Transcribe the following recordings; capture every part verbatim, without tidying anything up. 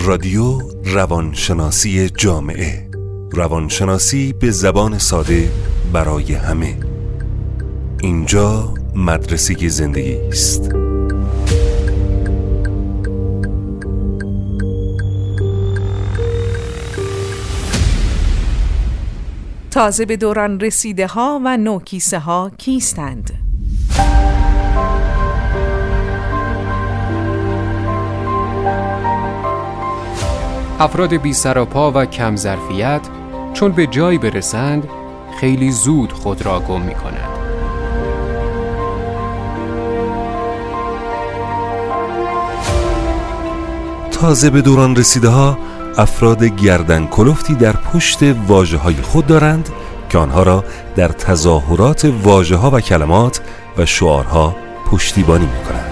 رادیو روانشناسی جامعه، روانشناسی به زبان ساده برای همه. اینجا مدرسه زندگی است. تازه به دوران رسیده ها و نوکیسه ها کیستند؟ افراد بی سر و پا و کم ظرفیت چون به جایی برسند خیلی زود خود را گم می کنند. تازه به دوران رسیده ها افراد گردن کلفتی در پشت واژه های خود دارند که آنها را در تظاهرات واژه ها و کلمات و شعارها پشتیبانی می کنند.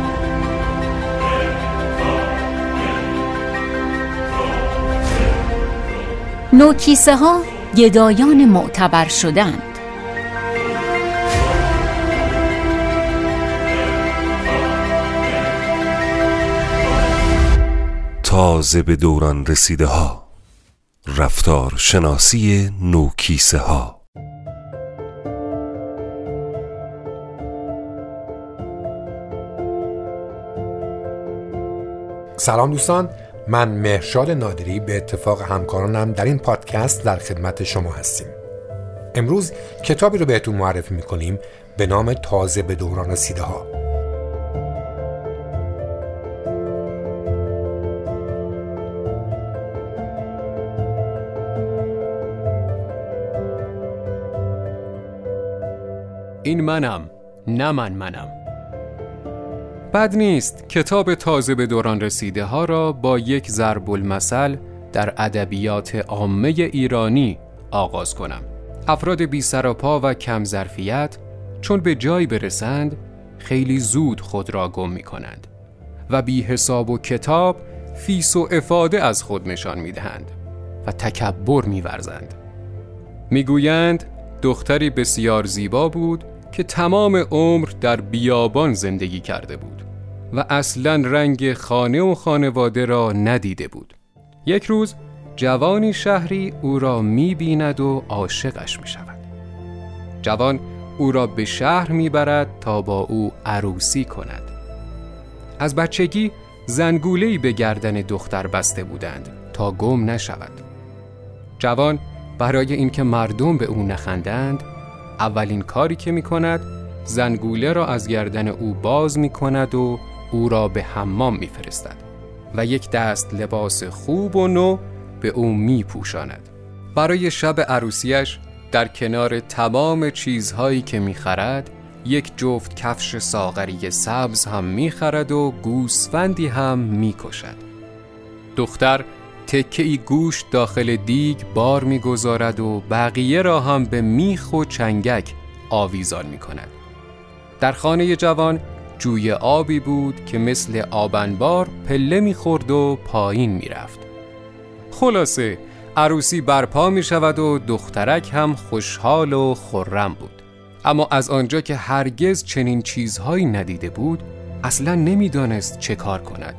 نوکیسه ها گدایان معتبر شدند. تازه به دوران رسیده ها، رفتار شناسی نوکیسه ها. سلام دوستان، من مهرشاد نادری به اتفاق همکارانم در این پادکست در خدمت شما هستیم. امروز کتابی رو بهتون معرفی میکنیم به نام تازه به دوران رسیده ها. این منم، نه من منم. بد نیست کتاب تازه به دوران رسیده ها را با یک ضرب المثل در ادبیات عامه ایرانی آغاز کنم. افراد بی سر و پا و کم ظرفیت چون به جایی برسند خیلی زود خود را گم می کنند و بی حساب و کتاب فیس و افاده از خود نشان می دهند و تکبر می ورزند. می گویند دختری بسیار زیبا بود که تمام عمر در بیابان زندگی کرده بود و اصلاً رنگ خانه و خانواده را ندیده بود. یک روز جوانی شهری او را می بیند و عاشقش می شود. جوان او را به شهر می برد تا با او عروسی کند. از بچگی زنگوله‌ای به گردن دختر بسته بودند تا گم نشود. جوان برای اینکه مردم به او نخندند اولین کاری که می کند زنگوله را از گردن او باز می کند و او را به حمام می فرستد و یک دست لباس خوب و نو به او می پوشاند. برای شب عروسیش در کنار تمام چیزهایی که می خرد یک جفت کفش ساغری سبز هم می خرد و گوسفندی هم می کشد. دختر تکه‌ای گوشت داخل دیگ بار می گذارد و بقیه را هم به میخ و چنگک آویزان می کند. در خانه جوان جوی آبی بود که مثل آبنبار پله می خورد و پایین می رفت. خلاصه عروسی برپا می شود و دخترک هم خوشحال و خرم بود. اما از آنجا که هرگز چنین چیزهایی ندیده بود اصلا نمی دانست چه کار کند.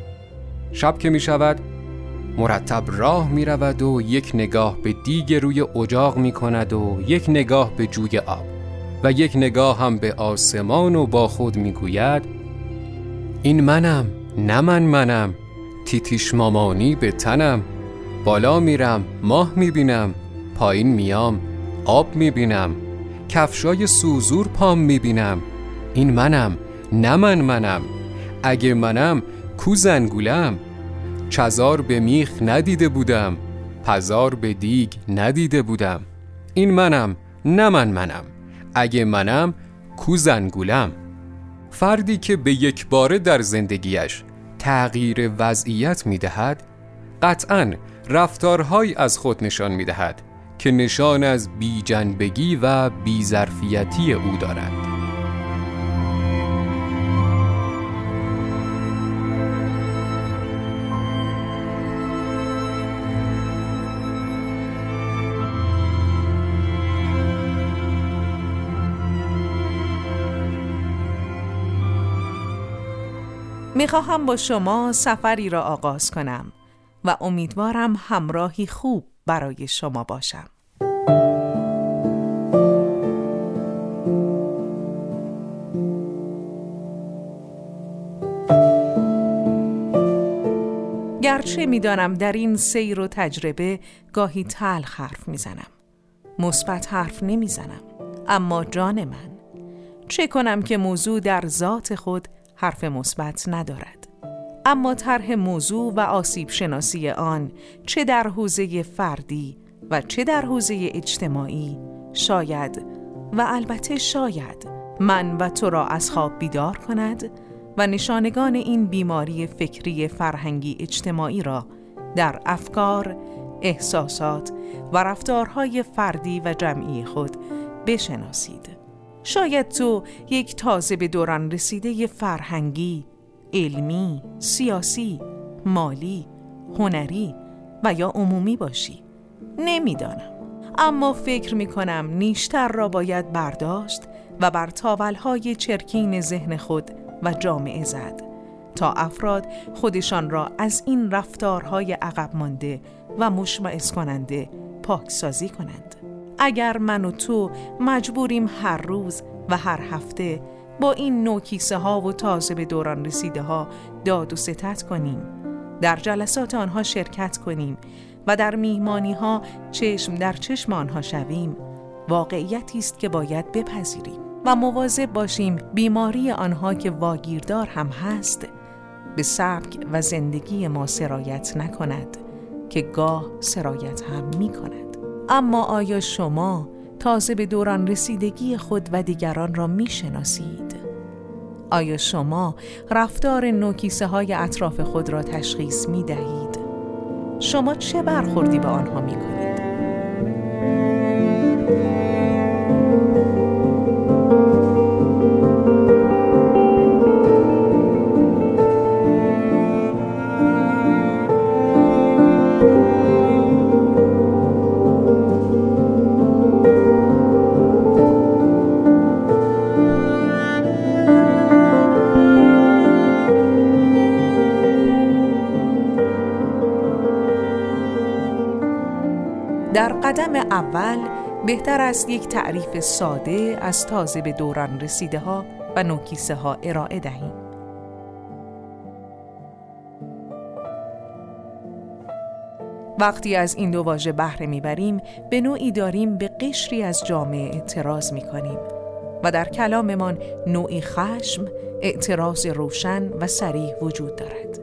شب که می شود مرتب راه می رود و یک نگاه به دیگ روی اجاق می کند و یک نگاه به جوی آب و یک نگاه هم به آسمان و با خود می گوید این منم، نه من منم، تیتیش مامانی به تنم، بالا میرم ماه می بینم، پایین میام آب می بینم، کفشای سوزور پام می بینم، این منم، نه من منم، اگه منم کو زنگولم، چزار به میخ ندیده بودم، پزار به دیگ ندیده بودم، این منم، نه من منم، اگه منم کو زنگولم. فردی که به یک باره در زندگیش تغییر وضعیت می دهد قطعاً رفتارهایی از خود نشان می دهد که نشان از بی جنبگی و بی ظرفیتی او دارد. میخواهم با شما سفری را آغاز کنم. و امیدوارم همراهی خوب برای شما باشم. گرچه میدانم در این سیر و تجربه گاهی تلخ حرف میزنم، مثبت حرف نمیزنم، اما جان من، چه کنم که موضوع در ذات خود حرف مثبت ندارد. اما طرح موضوع و آسیب شناسی آن، چه در حوزه فردی و چه در حوزه اجتماعی، شاید و البته شاید من و تو را از خواب بیدار کند و نشانگان این بیماری فکری فرهنگی اجتماعی را در افکار، احساسات و رفتارهای فردی و جمعی خود بشناسید. شاید تو یک تازه به دوران رسیده فرهنگی، علمی، سیاسی، مالی، هنری و یا عمومی باشی. نمیدانم، اما فکر میکنم نیشتر را باید برداشت و بر تاولهای چرکین ذهن خود و جامعه زد تا افراد خودشان را از این رفتارهای عقب مانده و مشمئز کننده پاکسازی کنند. اگر من و تو مجبوریم هر روز و هر هفته با این نوکیسه ها و تازه به دوران رسیده ها داد و ستد کنیم، در جلسات آنها شرکت کنیم و در میهمانی ها چشم در چشم آنها شویم، واقعیتی است که باید بپذیریم و مواظب باشیم بیماری آنها که واگیردار هم هست به سبک و زندگی ما سرایت نکند که گاه سرایت هم می کند. اما آیا شما تازه به دوران رسیدگی خود و دیگران را می شناسید؟ آیا شما رفتار نوکیسه های اطراف خود را تشخیص می دهید؟ شما چه برخوردی به آنها می کنید؟ در قدم اول بهتر است یک تعریف ساده از تازه به دوران رسیده ها و نوکیسه ها ارائه دهیم. وقتی از این دو واژه بهره میبریم، به نوعی داریم به قشری از جامعه اعتراض میکنیم و در کلاممان نوعی خشم، اعتراض روشن و صریح وجود دارد.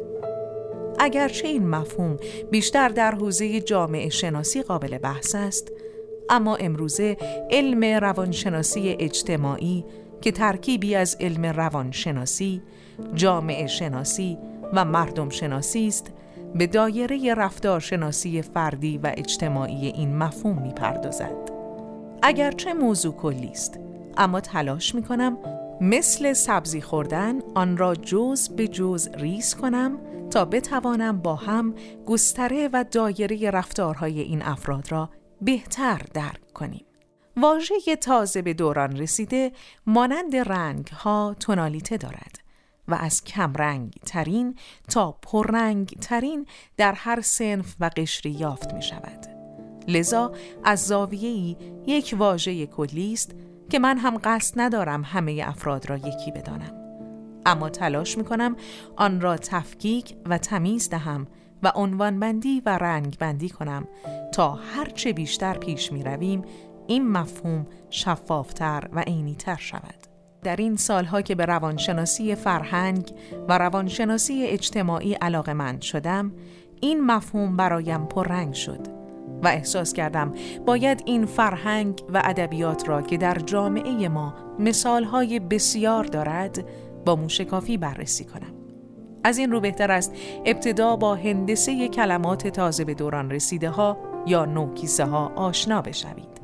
اگرچه این مفهوم بیشتر در حوزه جامعه شناسی قابل بحث است، اما امروزه علم روانشناسی اجتماعی که ترکیبی از علم روانشناسی، جامعه شناسی و مردم شناسی است، به دایره رفتارشناسی فردی و اجتماعی این مفهوم می‌پردازد. اگرچه موضوع کلی است، اما تلاش می‌کنم مثل سبزی خوردن آن را جز به جز ریز کنم تا بتوانم با هم گستره و دایره رفتارهای این افراد را بهتر درک کنیم. واژه تازه به دوران رسیده مانند رنگ ها تونالیته دارد و از کم رنگ ترین تا پررنگ ترین در هر صنف و قشری یافت می شود. لذا از زاویه‌ای یک واژه کلی است که من هم قصد ندارم همه افراد را یکی بدانم، اما تلاش میکنم آن را تفکیک و تمیز دهم و عنوان بندی و رنگ بندی کنم تا هرچه بیشتر پیش می رویم این مفهوم شفافتر و عینی‌تر شود. در این سالها که به روانشناسی فرهنگ و روانشناسی اجتماعی علاقه‌مند شدم، این مفهوم برایم پررنگ شد و احساس کردم باید این فرهنگ و ادبیات را که در جامعه ما مثالهای بسیار دارد با موشکافی بررسی کنم. از این رو بهتر است ابتدا با هندسه کلمات تازه به دوران رسیده ها یا نوکیسه ها آشنا بشوید.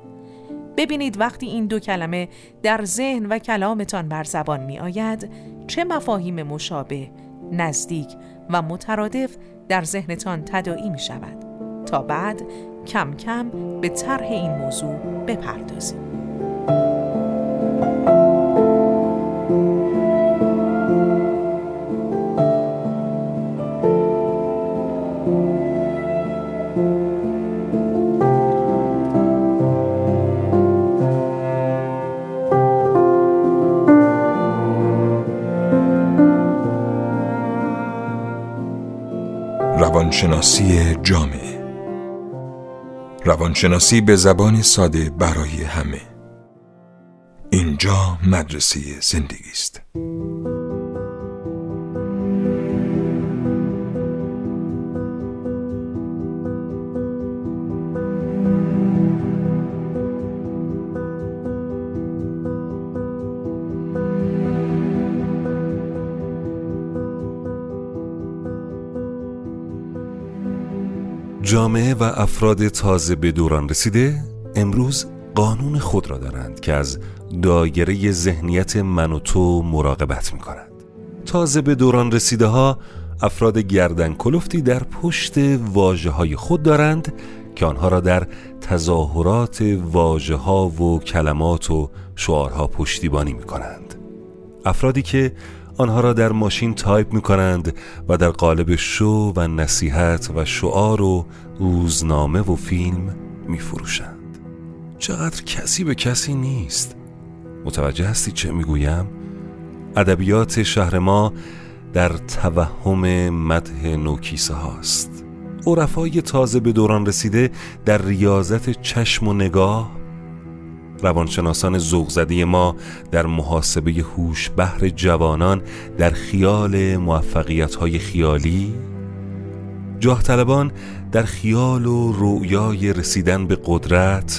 ببینید وقتی این دو کلمه در ذهن و کلامتان بر زبان می آید، چه مفاهیم مشابه، نزدیک و مترادف در ذهنتان تداعی می شود تا بعد کم کم به طرح این موضوع بپردازیم. روانشناسی جامعه. روانشناسی به زبان ساده برای همه. اینجا مدرسه زندگی است. جامعه و افراد تازه به دوران رسیده امروز قانون خود را دارند که از دایره ذهنیت من و تو مراقبت می کنند. تازه به دوران رسیده ها افراد گردن کلفتی در پشت واژه های خود دارند که آنها را در تظاهرات واژه ها و کلمات و شعارها پشتیبانی می کنند. افرادی که آنها را در ماشین تایپ می کنند و در قالب شو و نصیحت و شعار و روزنامه و فیلم می فروشند. چقدر کسی به کسی نیست. متوجه هستی چه می گویم؟ ادبیات شهر ما در توهم مدح نوکیسه هاست. عرفای تازه به دوران رسیده در ریاضت چشم و نگاه، روانشناسان ذوق‌زده ما در محاسبه هوش بهر جوانان در خیال موفقیت‌های خیالی، جاه طلبان در خیال و رؤیای رسیدن به قدرت،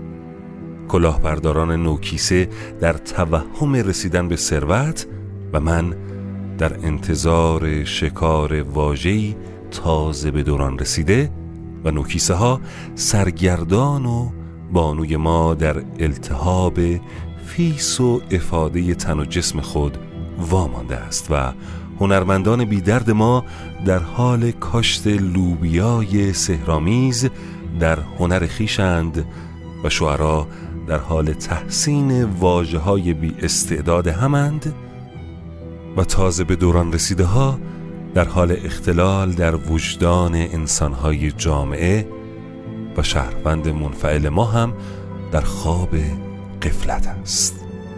کلاهبرداران نوکیسه در توهم رسیدن به ثروت و من در انتظار شکار واژه‌ای تازه به دوران رسیده و نوکیسه ها سرگردان و بانوی ما در التهاب فیس و افاده تن و جسم خود وامانده است و هنرمندان بیدرد ما در حال کاشت لوبیای سحرآمیز در هنر خویشند و شعرا در حال تحسین واژه‌های بی استعداد همند و تازه به دوران رسیده ها در حال اختلال در وجدان انسان‌های جامعه و شهروند منفعل ما هم در خواب غفلت است.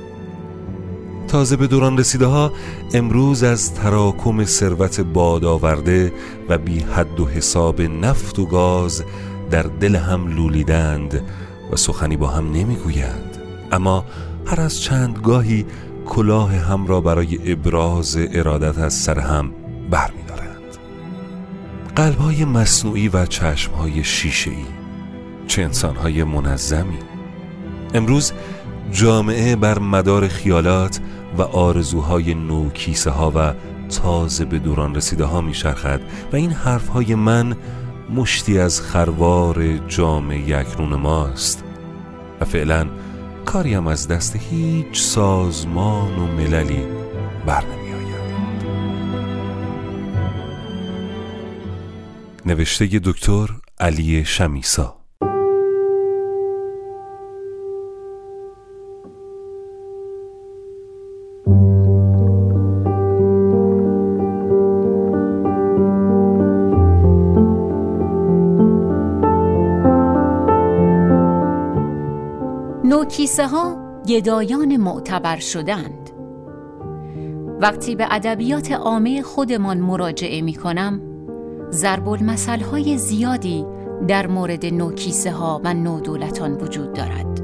تازه به دوران رسیده ها امروز از تراکم ثروت بادآورده و بی حد و حساب نفت و گاز در دل هم لولیدند و سخنی با هم نمیگویند، اما هر از چند گاهی کلاه هم را برای ابراز ارادت از سر هم برمی‌دارند. قلب‌های مصنوعی و چشم‌های شیشه‌ای، چه انسان‌های منظمی. امروز جامعه بر مدار خیالات و آرزوهای نوکیسه ها و تازه به دوران رسیده ها می‌چرخد و این حرف‌های من مشتی از خروار جامعه اکنون ماست و فعلا کاری هم از دست هیچ سازمان و مللی بر نمی آید. نوشته دکتر علی شمیسا. نوکیسه ها گدایان معتبر شدند. وقتی به ادبیات عامه خودمان مراجعه می کنم، ضرب المثل های زیادی در مورد نوکیسه ها و نودولتان وجود دارد.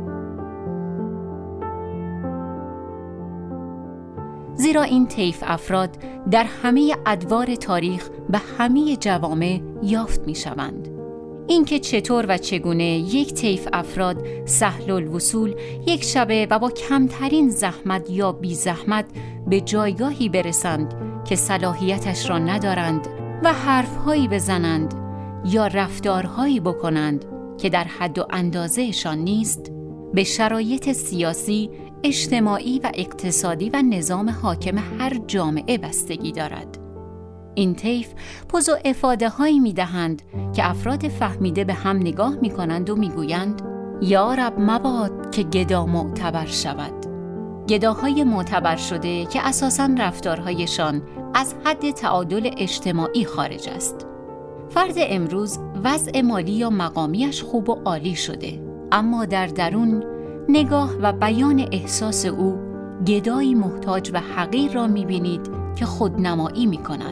زیرا این طیف افراد در همه ادوار تاریخ به همه جوامع یافت می شوند. اینکه چطور و چگونه یک طیف افراد سهل الوصول یک شبه و با کمترین زحمت یا بی زحمت به جایگاهی برسند که صلاحیتش را ندارند و حرفهایی بزنند یا رفتارهایی بکنند که در حد و اندازهشان نیست، به شرایط سیاسی، اجتماعی و اقتصادی و نظام حاکم هر جامعه بستگی دارد. این طیف پوز و افاده هایی می دهند که افراد فهمیده به هم نگاه می کنند و می گویند یا رب مباد که گدا معتبر شود. گداهای معتبر شده که اساساً رفتارهایشان از حد تعادل اجتماعی خارج است. فرد امروز وضع مالی یا مقامیش خوب و عالی شده، اما در درون نگاه و بیان احساس او گدایی محتاج و حقیر را می بینید که خودنمایی می کند.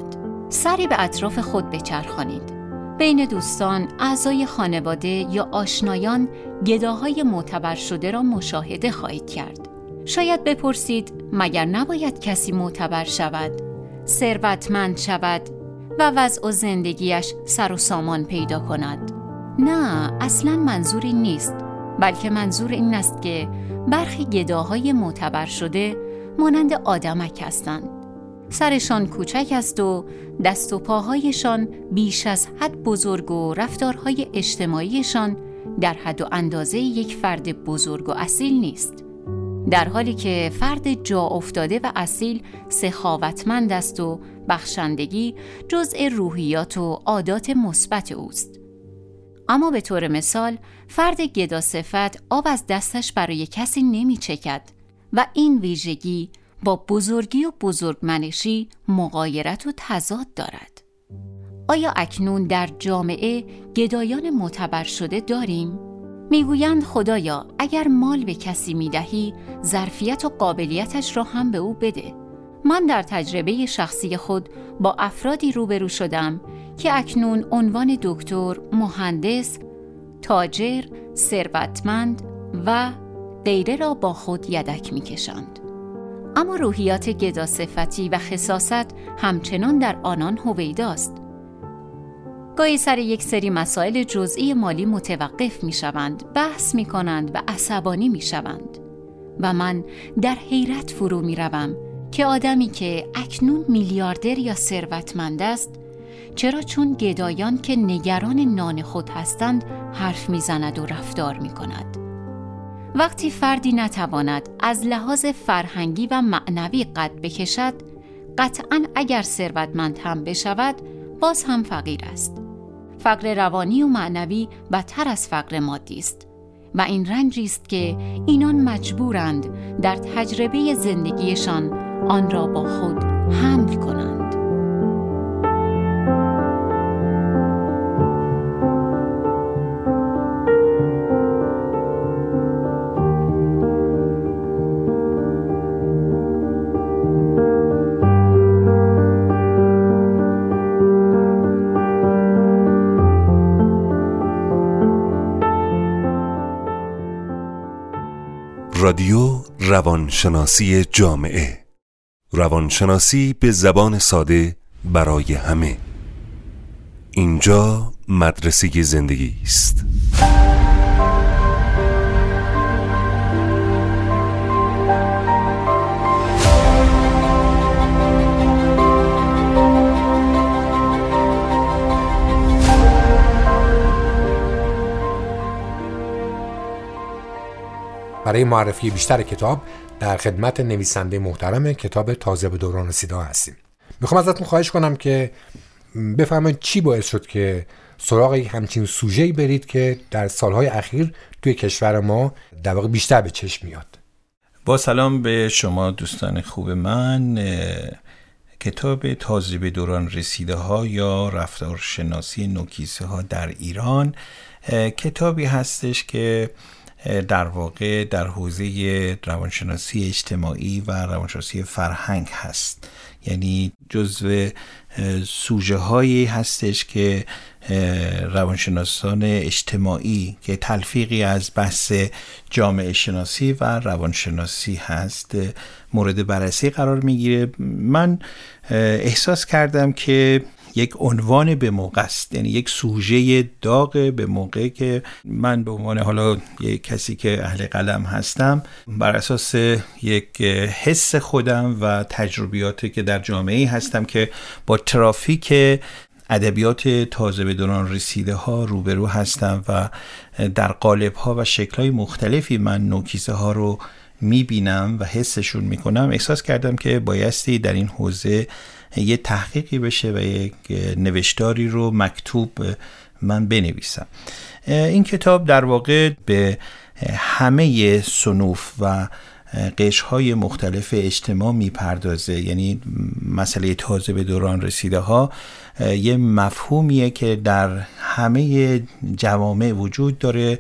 سری به اطراف خود بچرخانید. بین دوستان، اعضای خانواده یا آشنایان گداهای معتبر شده را مشاهده خواهید کرد. شاید بپرسید مگر نباید کسی معتبر شود، ثروتمند شود و وضع و زندگیش سر و سامان پیدا کند؟ نه، اصلاً منظور این نیست، بلکه منظور این است که برخی گداهای معتبر شده مانند آدمک هستند. سرشان کوچک است و دست و پاهایشان بیش از حد بزرگ و رفتارهای اجتماعیشان در حد و اندازه یک فرد بزرگ و اصیل نیست، در حالی که فرد جا افتاده و اصیل سخاوتمند است و بخشندگی جزء روحیات و عادات مثبت اوست. اما به طور مثال فرد گدا صفت آب از دستش برای کسی نمی چکد و این ویژگی با بزرگی و بزرگمنشی مغایرت و تضاد دارد. آیا اکنون در جامعه گدایان معتبر شده داریم؟ میگویند خدایا اگر مال به کسی میدهی ظرفیت و قابلیتش را هم به او بده. من در تجربه شخصی خود با افرادی روبرو شدم که اکنون عنوان دکتر، مهندس، تاجر، ثروتمند و غیره را با خود یدک میکشند. اما روحیات گدا صفتی و خساست همچنان در آنان هویداست. گاهی سر یک سری مسائل جزئی مالی متوقف می شوند، بحث می کنند و عصبانی می شوند و من در حیرت فرو می روم که آدمی که اکنون میلیاردر یا ثروتمند است چرا چون گدایان که نگران نان خود هستند حرف می زند و رفتار می کند. وقتی فردی نتواند از لحاظ فرهنگی و معنوی قد بکشد، قطعاً اگر ثروتمند هم بشود باز هم فقیر است. فقر روانی و معنوی بدتر از فقر مادی است و این رنجی است که اینان مجبورند در تجربه زندگیشان آن را با خود حمل کنند. رادیو روانشناسی جامعه، روانشناسی به زبان ساده برای همه. اینجا مدرسه زندگی است. برای معرفی بیشتر کتاب در خدمت نویسنده محترم کتاب تازه به دوران رسیده ها هستیم. میخوام ازتون خواهش کنم که بفرمایید چی باعث شد که سراغ همچین سوژه‌ای برید که در سالهای اخیر توی کشور ما در واقع بیشتر به چشم میاد. با سلام به شما دوستان خوب من. کتاب تازه به دوران رسیده ها یا رفتارشناسی نوکیسه ها در ایران کتابی هستش که در واقع در حوزه روانشناسی اجتماعی و روانشناسی فرهنگ هست، یعنی جزو سوژه هایی هستش که روانشناسان اجتماعی که تلفیقی از بحث جامعه شناسی و روانشناسی هست مورد بررسی قرار میگیره. من احساس کردم که یک عنوان به موقع است، یعنی یک سوژه داغ به موقع که من به عنوان حالا یک کسی که اهل قلم هستم بر اساس یک حس خودم و تجربیاتی که در جامعه هستم که با ترافیک ادبیات تازه به دوران رسیده ها روبرو هستم و در قالب ها و شکل های مختلفی من نوکیسه ها رو میبینم و حسشون میکنم. احساس کردم که بایستی در این حوزه یه تحقیقی بشه و یک نوشتاری رو مکتوب من بنویسم. این کتاب در واقع به همه صنوف و قشرهای مختلف اجتماع میپردازه، یعنی مسئله تازه به دوران رسیده ها یه مفهومیه که در همه جوامع وجود داره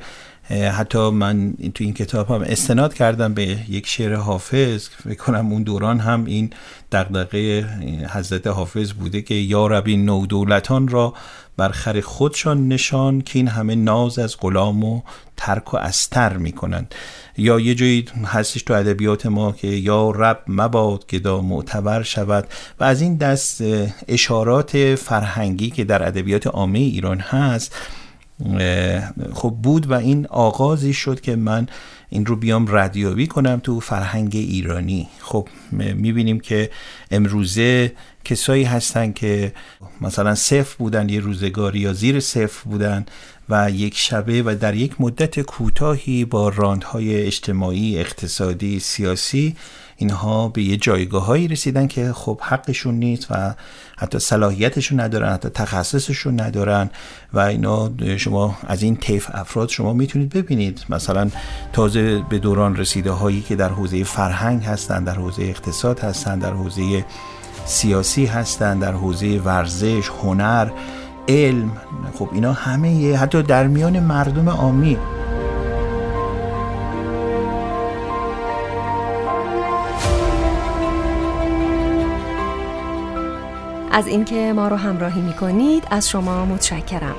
حتی من تو این کتاب هم استناد کردم به یک شعر حافظ، فکر کنم اون دوران هم این دغدغه حضرت حافظ بوده که یا ربی نودولتان را بر خر خودشان نشان که این همه ناز از غلام و ترک و استر میکنند. یا یه جایی هستش تو ادبیات ما که یا رب مباد گدا معتبر شود و از این دست اشارات فرهنگی که در ادبیات عامه ایران هست خب بود و این آغازی شد که من این رو بیام ردیابی کنم تو فرهنگ ایرانی. خب میبینیم که امروزه کسایی هستن که مثلا صفر بودن یه روزگاری یا زیر صفر بودن و یک شبه و در یک مدت کوتاهی با راندهای اجتماعی، اقتصادی، سیاسی اینها به یه جایگاهایی رسیدن که خب حقشون نیست و حتی صلاحیتشون ندارن، حتی تخصصشون ندارن و اینا شما از این طیف افراد شما میتونید ببینید مثلا تازه به دوران رسیده هایی که در حوزه فرهنگ هستن، در حوزه اقتصاد هستن، در حوزه سیاسی هستن، در حوزه ورزش، هنر، علم، خب اینا همه حتی در میان مردم عامی. از اینکه ما رو همراهی می‌کنید از شما متشکرم.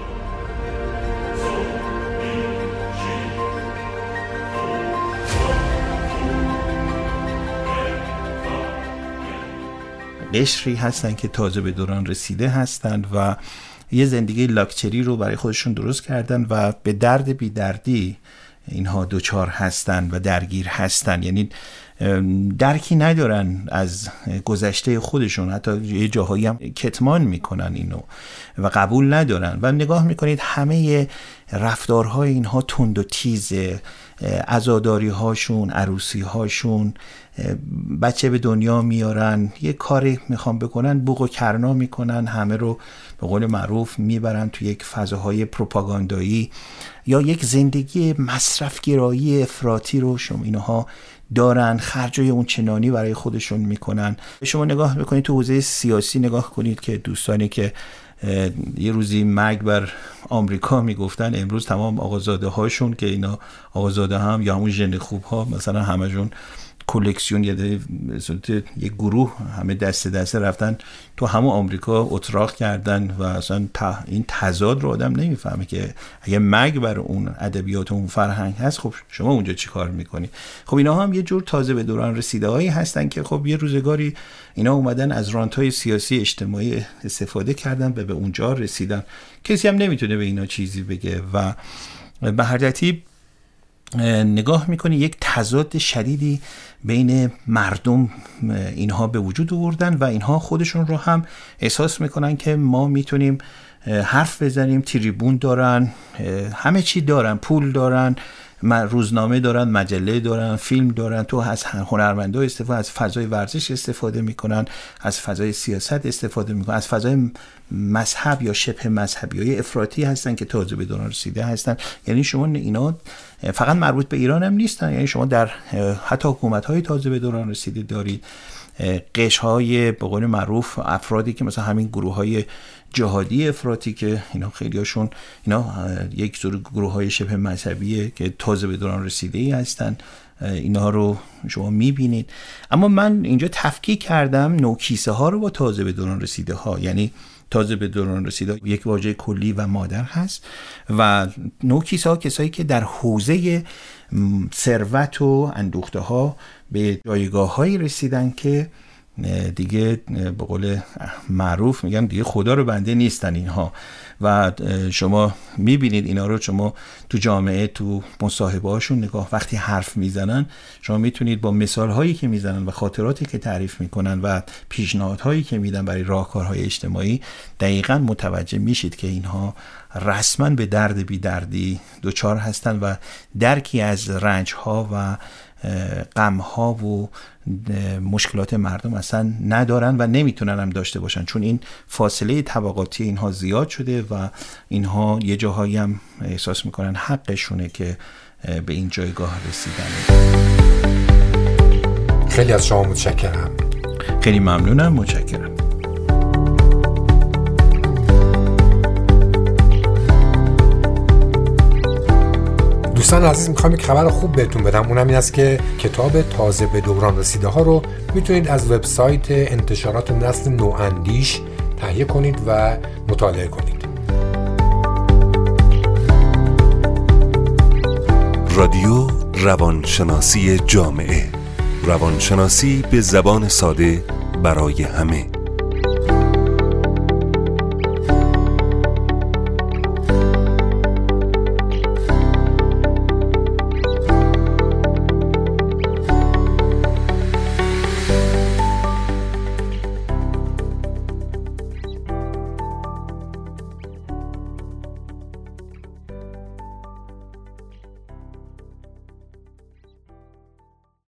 قشری هستن که تازه به دوران رسیده هستند و یه زندگی لاکچری رو برای خودشون درست کردن و به درد بی دردی اینها دوچار هستن و درگیر هستن، یعنی درکی ندارن از گذشته خودشون، حتی یه جاهایی هم کتمان میکنن اینو و قبول ندارن و نگاه میکنید همه رفتارهای اینها تند و تیزه، عزاداری هاشون، عروسی هاشون، بچه به دنیا میارن، یه کاری میخوام بکنن بوق و کرنا میکنن، همه رو به قول معروف میبرن توی یک فضاهای پروپاگاندایی یا یک زندگی مصرفگرایی افراطی رو شما اینها دارن، خرجای اون چنانی برای خودشون میکنن. شما نگاه بکنید تو حوزه سیاسی، نگاه کنید که دوستانی که یه روزی مرگ بر آمریکا میگفتن، امروز تمام آقازاده هاشون که اینا آقازاده هم یا همون ژن خوب ها مثلا همشون کلکسیون یه یک گروه همه دست دسته رفتن تو همون آمریکا اتراق کردن و اصلا این تضاد رو آدم نمیفهمه که اگه مرگ بر اون ادبیات و اون فرهنگ هست، خب شما اونجا چی کار میکنی؟ خب اینا هم یه جور تازه به دوران رسیده هایی هستن که خب یه روزگاری اینا اومدن از رانت‌های سیاسی اجتماعی استفاده کردن و به اونجا رسیدن. کسی هم نمیتونه به اینا چیزی بگه و به هر ترتیب نگاه میکنی یک تضاد شدیدی بین مردم اینها به وجود آوردن و اینها خودشون رو هم احساس میکنن که ما میتونیم حرف بزنیم، تریبون دارن، همه چی دارن، پول دارن، روزنامه دارن، مجله دارن، فیلم دارن، تو از هنرمندا استفاده، از فضای ورزش استفاده میکنن، از فضای سیاست استفاده میکنن، از فضای مذهب یا شبه مذهبی های افراطی هستن که تازه به دوران رسیده هستن. یعنی شما اینا فقط مربوط به ایران هم نیستن، یعنی شما در حتی حکومت های تازه به دوران رسیده دارید قشر های به قول معروف افرادی که مثلا همین گروه های جهادی افراطی که اینا خیلیاشون اینا یک جور گروه های شبه مذهبیه که تازه به دوران رسیده ای هستن، اینا رو شما میبینید. اما من اینجا تفکیک کردم نوکیسه ها رو با تازه به دوران رسیده ها، یعنی تازه به دوران رسیده یک واژه کلی و مادر هست و نوکیسه ها کسایی که در حوزه ثروت و اندوخته ها به جایگاه هایی رسیدن که دیگه به قول معروف میگن دیگه خدا رو بنده نیستن اینها و شما میبینید اینا رو، شما تو جامعه تو مصاحبه هاشون نگاه وقتی حرف میزنن شما میتونید با مثال هایی که میزنن و خاطراتی که تعریف میکنن و پیشنهادهایی که میدن برای راهکارهای اجتماعی دقیقاً متوجه میشید که اینها رسما به درد بی دردی دوچار هستن و درکی از رنج ها و غم ها و مشکلات مردم اصلا ندارن و نمیتونن هم داشته باشن، چون این فاصله طبقاتی اینها زیاد شده و اینها یه جاهایی هم احساس میکنن حقشونه که به این جایگاه رسیدن. خیلی از شما متشکرم. خیلی ممنونم. متشکرم. دوستان عزیز، میخوام یک خبر خوب بهتون بدم. اونم این است که کتاب تازه به دوران رسیده ها رو میتونید از وبسایت انتشارات نسل نواندیش تهیه کنید و مطالعه کنید. رادیو روانشناسی جامعه، روانشناسی به زبان ساده برای همه.